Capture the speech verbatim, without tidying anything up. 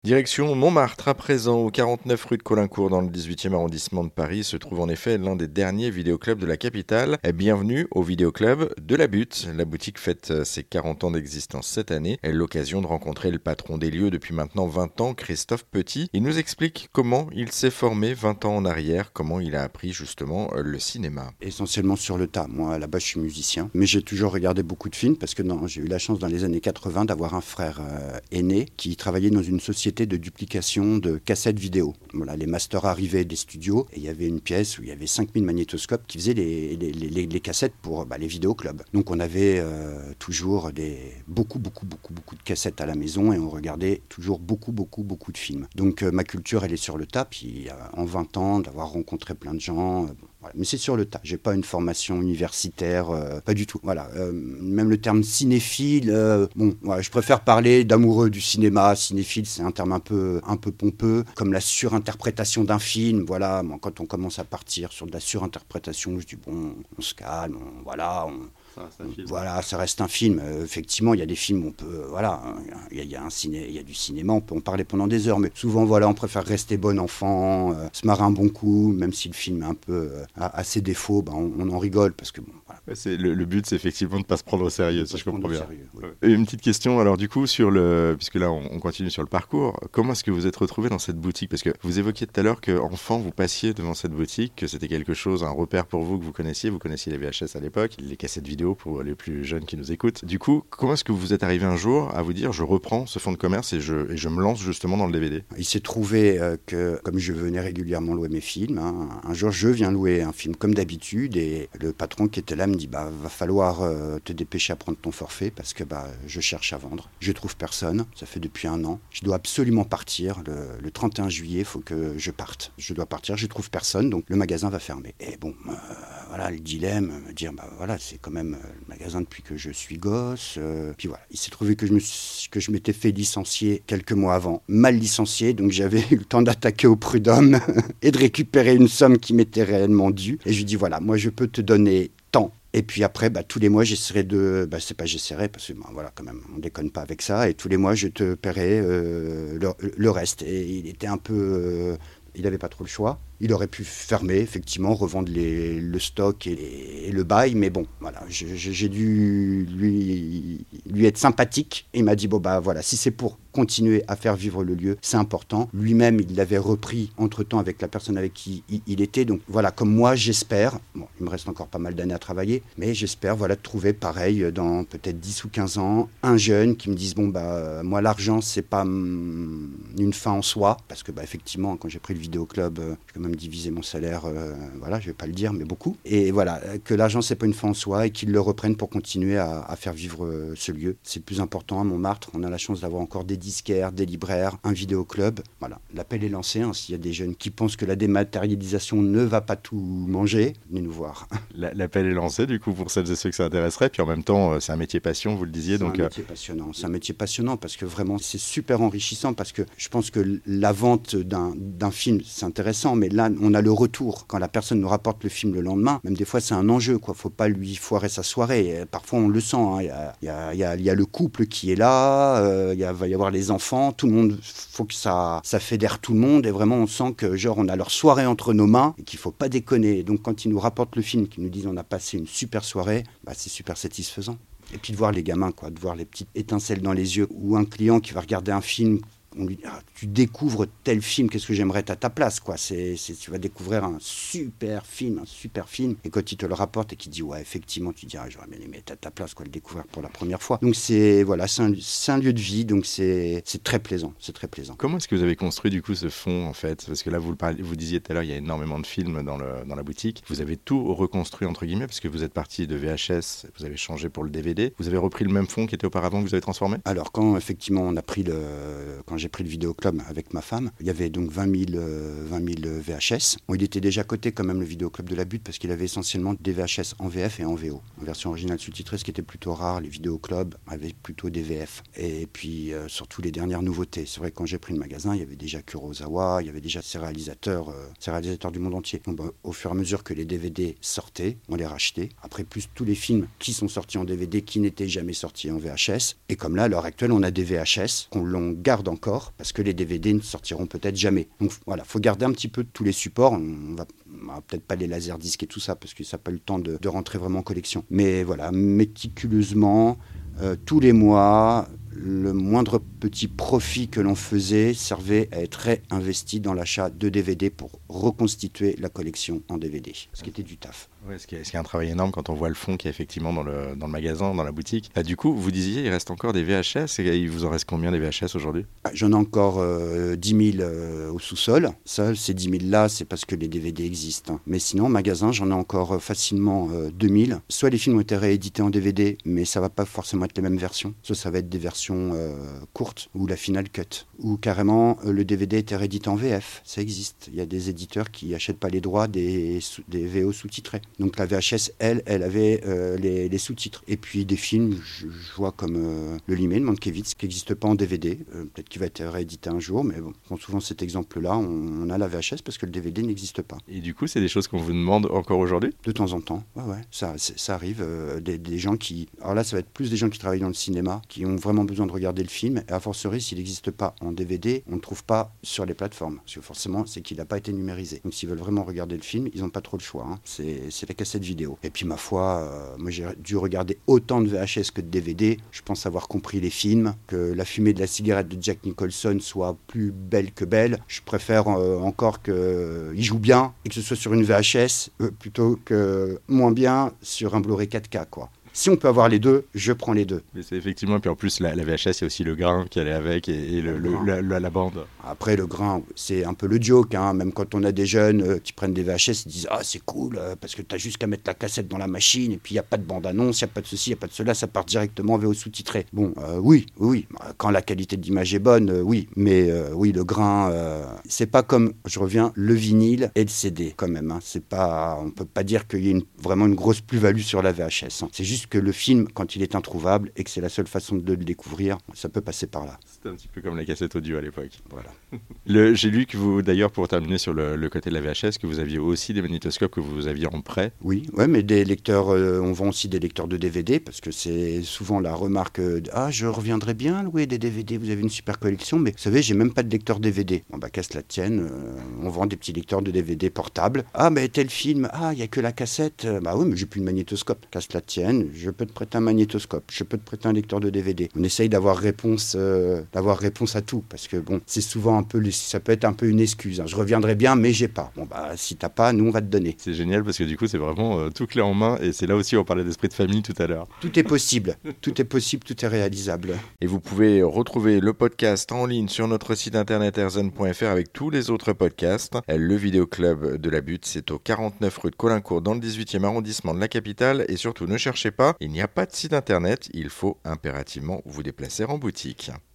Direction Montmartre à présent, au quarante-neuf rue de Caulaincourt dans le dix-huitième arrondissement de Paris, se trouve en effet l'un des derniers vidéoclubs de la capitale. Bienvenue au vidéoclub de la Butte. La boutique fête ses quarante ans d'existence cette année. L'occasion de rencontrer le patron des lieux depuis maintenant vingt ans, Christophe Petit. Il nous explique comment il s'est formé vingt ans en arrière, comment il a appris justement le cinéma. Essentiellement sur le tas. Moi, à la base, je suis musicien, mais j'ai toujours regardé beaucoup de films parce que non, j'ai eu la chance dans les années quatre-vingts d'avoir un frère euh, aîné qui travaillait dans une société de duplication de cassettes vidéo. Voilà, les masters arrivaient des studios et il y avait une pièce où il y avait cinq mille magnétoscopes qui faisaient les, les, les, les cassettes pour bah, les vidéoclubs. Donc on avait euh, toujours des, beaucoup, beaucoup, beaucoup, beaucoup de cassettes à la maison et on regardait toujours beaucoup, beaucoup, beaucoup de films. Donc euh, ma culture, elle est sur le tas. Puis euh, en vingt ans, d'avoir rencontré plein de gens... Euh, Voilà. Mais c'est sur le tas. J'ai pas une formation universitaire, euh, pas du tout. Voilà. Euh, même le terme cinéphile, euh, bon, voilà, je préfère parler d'amoureux du cinéma. Cinéphile, c'est un terme un peu, un peu pompeux, comme la surinterprétation d'un film. Voilà. Bon, quand on commence à partir sur de la surinterprétation, je dis bon, on se calme, on, voilà. On, Ça reste un film. Voilà, ça reste un film. Euh, effectivement, il y a des films, on peut, euh, voilà, il y a, il y a un ciné, il y a du cinéma, on peut en parler pendant des heures, mais souvent, voilà, on préfère rester bon enfant, euh, se marrer un bon coup, même si le film est un peu euh, a, a ses défauts, ben, on, on en rigole parce que bon, voilà. C'est, le, le but, c'est effectivement de ne pas se prendre au sérieux, si je comprends bien. Sérieux, oui. Et une petite question, alors du coup, sur le, puisque là, on, on continue sur le parcours, comment est-ce que vous êtes retrouvé dans cette boutique? Parce que vous évoquiez tout à l'heure qu'enfant, vous passiez devant cette boutique, que c'était quelque chose, un repère pour vous que vous connaissiez, vous connaissiez les V H S à l'époque, les cassettes vidéo pour les plus jeunes qui nous écoutent. Du coup, comment est-ce que vous êtes arrivé un jour à vous dire, je reprends ce fonds de commerce et je, et je me lance justement dans le D V D? Il s'est trouvé euh, que, comme je venais régulièrement louer mes films, hein, un jour, je viens louer un film comme d'habitude et le patron qui était là me dit, bah, va falloir euh, te dépêcher à prendre ton forfait parce que bah, je cherche à vendre. Je trouve personne, ça fait depuis un an. Je dois absolument partir. Le, le trente et un juillet, il faut que je parte. Je dois partir, je trouve personne, donc le magasin va fermer. Et bon, euh, voilà, le dilemme, me dire, bah voilà, c'est quand même euh, le magasin depuis que je suis gosse. Euh, puis voilà, il s'est trouvé que je, me suis, que je m'étais fait licencier quelques mois avant, mal licencié, donc j'avais eu le temps d'attaquer au prud'homme et de récupérer une somme qui m'était réellement due. Et je lui dis, voilà, moi je peux te donner tant. Et puis après, bah, tous les mois, j'essaierai de... Bah, c'est pas j'essaierai, parce que bah, voilà, quand même, on déconne pas avec ça. Et tous les mois, je te paierai euh, le, le reste. Et il était un peu... Euh, il n'avait pas trop le choix. Il aurait pu fermer, effectivement, revendre les, le stock et, et le bail. Mais bon, voilà, je, je, j'ai dû lui, lui être sympathique. Et il m'a dit, bon, bah voilà, si c'est pour continuer à faire vivre le lieu, c'est important. Lui-même, il l'avait repris entre-temps avec la personne avec qui il, il était. Donc voilà, comme moi, j'espère, bon, il me reste encore pas mal d'années à travailler, mais j'espère, voilà, de trouver pareil dans peut-être dix ou quinze ans, un jeune qui me dise, bon, bah, moi, l'argent, c'est pas hum, une fin en soi. Parce que, bah, effectivement, quand j'ai pris le vidéoclub, euh, j'ai quand même diviser mon salaire, euh, voilà, je vais pas le dire, mais beaucoup. Et voilà, que l'argent, c'est pas une fin en soi et qu'ils le reprennent pour continuer à, à faire vivre euh, ce lieu. C'est le plus important à Montmartre. On a la chance d'avoir encore des disquaires, des libraires, un vidéoclub. Voilà, l'appel est lancé. Hein, s'il y a des jeunes qui pensent que la dématérialisation ne va pas tout manger, venez nous voir. La, l'appel est lancé, du coup, pour celles et ceux que ça intéresserait. Puis en même temps, c'est un métier passion, vous le disiez. C'est donc, un métier passionnant. C'est un métier passionnant parce que vraiment, c'est super enrichissant parce que je pense que la vente d'un, d'un film, c'est intéressant, mais là, on a le retour. Quand la personne nous rapporte le film le lendemain, même des fois, c'est un enjeu, quoi. Faut pas lui foirer sa soirée. Et parfois, on le sent. Hein. Il y a, il y a, il y a, il y a le couple qui est là, euh, il y a, va y avoir les enfants, tout le monde, faut que ça, ça fédère tout le monde. Et vraiment, on sent que, genre, on a leur soirée entre nos mains et qu'il faut pas déconner. Donc, quand ils nous rapportent le film, qu'ils nous disent on a passé une super soirée, bah, c'est super satisfaisant. Et puis de voir les gamins, quoi, de voir les petites étincelles dans les yeux, ou un client qui va regarder un film, on lui dit ah, tu découvres tel film, qu'est-ce que j'aimerais être à ta place, quoi. C'est, c'est, tu vas découvrir un super film, un super film. Et quand il te le rapporte et qu'il dit ouais, effectivement, tu dis ah, j'aurais bien aimé être à ta place, quoi, le découvrir pour la première fois. Donc c'est voilà, c'est un, c'est un lieu de vie, donc c'est, c'est très plaisant, c'est très plaisant. Comment est-ce que vous avez construit du coup ce fonds en fait? Parce que là, vous le parlez, vous disiez tout à l'heure, il y a énormément de films dans, le, dans la boutique. Vous avez tout reconstruit entre guillemets, parce que vous êtes parti de V H S, vous avez changé pour le D V D. Vous avez repris le même fonds qui était auparavant que vous avez transformé? Alors quand effectivement on a pris le, quand j'ai pris le vidéoclub avec ma femme, il y avait donc vingt mille, vingt mille V H S. Bon, il était déjà coté quand même le vidéoclub de la Butte parce qu'il avait essentiellement des V H S en V F et en V O. En version originale sous-titrée, ce qui était plutôt rare, les vidéoclubs avaient plutôt des V F. Et puis euh, surtout les dernières nouveautés. C'est vrai que quand j'ai pris le magasin, il y avait déjà Kurosawa, il y avait déjà ces réalisateurs, euh, ces réalisateurs du monde entier. Donc, bah, au fur et à mesure que les D V D sortaient, on les rachetait. Après, plus tous les films qui sont sortis en D V D qui n'étaient jamais sortis en V H S. Et comme là, à l'heure actuelle, on a des V H S qu'on l'on garde encore encore, parce que les D V D ne sortiront peut-être jamais. Donc voilà, faut garder un petit peu tous les supports. On va, on va peut-être pas les laserdiscs et tout ça, parce que ça n'a pas eu le temps de, de rentrer vraiment en collection. Mais voilà, méticuleusement, euh, tous les mois, le moindre petit profit que l'on faisait servait à être réinvesti dans l'achat de D V D pour reconstituer la collection en D V D, ce qui était du taf. Ouais, ce qui est, ce qui est un travail énorme quand on voit le fond qui est effectivement dans le, dans le magasin, dans la boutique. Ah, du coup, vous disiez, il reste encore des V H S, et il vous en reste combien des V H S aujourd'hui ? J'en ai encore euh, dix mille euh, au sous-sol. Ça, ces dix mille là, c'est parce que les D V D existent. Mais sinon, en magasin, j'en ai encore euh, facilement euh, deux mille. Soit les films ont été réédités en D V D, mais ça va pas forcément être les mêmes versions. Soit ça va être des versions euh, courtes, ou la final cut. Ou carrément, euh, le D V D était réédité en V F. Ça existe. Il y a des éditeurs qui achètent pas les droits des, des V O sous-titrés. Donc la V H S, elle, elle avait euh, les, les sous-titres. Et puis des films, je, je vois comme euh, Le Limé de Mankiewicz, qui n'existe pas en D V D. Euh, peut-être qu'il va être réédité un jour, mais bon, prend souvent cet exemple-là, on, on a la V H S parce que le D V D n'existe pas. Et du coup, c'est des choses qu'on vous demande encore aujourd'hui ? De temps en temps, ouais, ouais, ça, ça arrive. Euh, des, des gens qui... Alors là, ça va être plus des gens qui travaillent dans le cinéma, qui ont vraiment besoin de regarder le film. Et a fortiori, s'il n'existe pas en D V D, on ne le trouve pas sur les plateformes. Parce que forcément, c'est qu'il n'a pas été numérisé. Donc s'ils veulent vraiment regarder le film, ils n'ont pas trop le choix. Hein. C'est, c'est la cassette vidéo. Et puis ma foi, euh, moi j'ai dû regarder autant de V H S que de D V D. Je pense avoir compris les films, que la fumée de la cigarette de Jack Nicholson soit plus belle que belle. Je préfère euh, encore qu'il euh, joue bien et que ce soit sur une V H S euh, plutôt que moins bien sur un Blu-ray quatre K, quoi. Si on peut avoir les deux, je prends les deux. Mais c'est effectivement, et puis en plus, la, la V H S, il y a aussi le grain qui allait avec et, et le, le, la, la, la bande. Après, le grain, c'est un peu le joke. Hein. Même quand on a des jeunes euh, qui prennent des V H S, ils disent « Ah, c'est cool, euh, parce que tu as juste qu'à mettre la cassette dans la machine, et puis il n'y a pas de bande-annonce, il n'y a pas de ceci, il n'y a pas de cela, ça part directement en V O sous-titré. » Bon, euh, oui, oui, quand la qualité de l'image est bonne, euh, oui. Mais euh, oui, le grain, euh, c'est pas comme, je reviens, le vinyle et le C D, quand même. Hein. C'est pas, on ne peut pas dire qu'il y ait une, vraiment une grosse plus-value sur la V H S. Hein. C'est juste que le film, quand il est introuvable et que c'est la seule façon de le découvrir, ça peut passer par là. C'était un petit peu comme la cassette audio à l'époque. Voilà. Le, j'ai lu que vous, d'ailleurs, pour terminer sur le, le côté de la V H S, que vous aviez aussi des magnétoscopes que vous aviez en prêt. Oui, ouais, mais des lecteurs, euh, on vend aussi des lecteurs de D V D, parce que c'est souvent la remarque euh, « Ah, je reviendrai bien louer des D V D, vous avez une super collection, mais vous savez, j'ai même pas de lecteur D V D. » Bon, bah, qu'à cela tienne, euh, on vend des petits lecteurs de D V D portables. « Ah, mais tel film, ah, il n'y a que la cassette. » Bah oui, mais j'ai plus de magnétoscope. Qu'à cela tienne, je peux te prêter un magnétoscope, je peux te prêter un lecteur de D V D. On essaye d'avoir réponse, euh, d'avoir réponse à tout, parce que bon, c'est souvent un peu, ça peut être un peu une excuse. Hein. Je reviendrai bien, mais j'ai pas. Bon bah, si t'as pas, nous on va te donner. C'est génial parce que du coup, c'est vraiment euh, tout clé en main, et c'est là aussi où on parlait d'esprit de famille tout à l'heure. Tout est possible, tout est possible, tout est réalisable. Et vous pouvez retrouver le podcast en ligne sur notre site internet airzone point f r avec tous les autres podcasts. Le vidéoclub de la Butte, c'est au quarante-neuf rue de Caulaincourt dans le dix-huitième arrondissement de la capitale. Et surtout, ne cherchez pas, il n'y a pas de site internet, il faut impérativement vous déplacer en boutique.